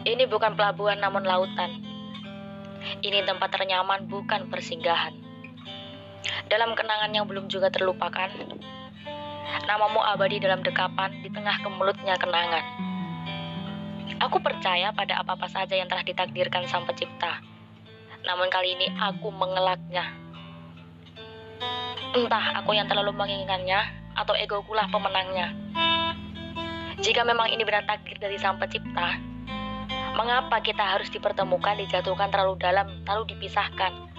Ini bukan pelabuhan namun lautan. Ini tempat ternyaman bukan persinggahan. Dalam kenangan yang belum juga terlupakan, namamu abadi dalam dekapan di tengah kemulutnya kenangan. Aku percaya pada apa-apa saja yang telah ditakdirkan Sang Pencipta. Namun kali ini aku mengelaknya. Entah aku yang terlalu menginginkannya atau egokulah pemenangnya. Jika memang ini benar takdir dari Sang Pencipta, mengapa kita harus dipertemukan, dijatuhkan terlalu dalam, lalu dipisahkan?